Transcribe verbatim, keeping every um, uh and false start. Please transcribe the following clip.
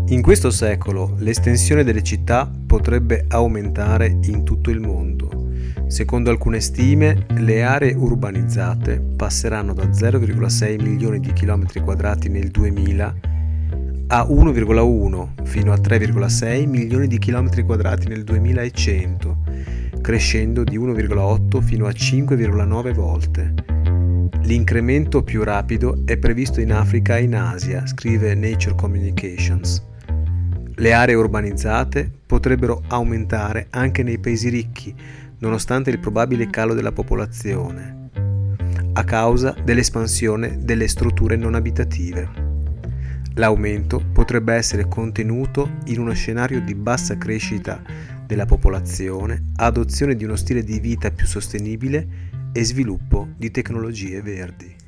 In questo secolo l'estensione delle città potrebbe aumentare in tutto il mondo. Secondo alcune stime, le aree urbanizzate passeranno da zero virgola sei milioni di chilometri quadrati nel duemila a uno virgola uno fino a tre virgola sei milioni di chilometri quadrati nel duemilacento, crescendo di uno virgola otto fino a cinque virgola nove volte. L'incremento più rapido è previsto in Africa e in Asia, scrive Nature Communications. Le aree urbanizzate potrebbero aumentare anche nei paesi ricchi, nonostante il probabile calo della popolazione, a causa dell'espansione delle strutture non abitative. L'aumento potrebbe essere contenuto in uno scenario di bassa crescita della popolazione, adozione di uno stile di vita più sostenibile e sviluppo di tecnologie verdi.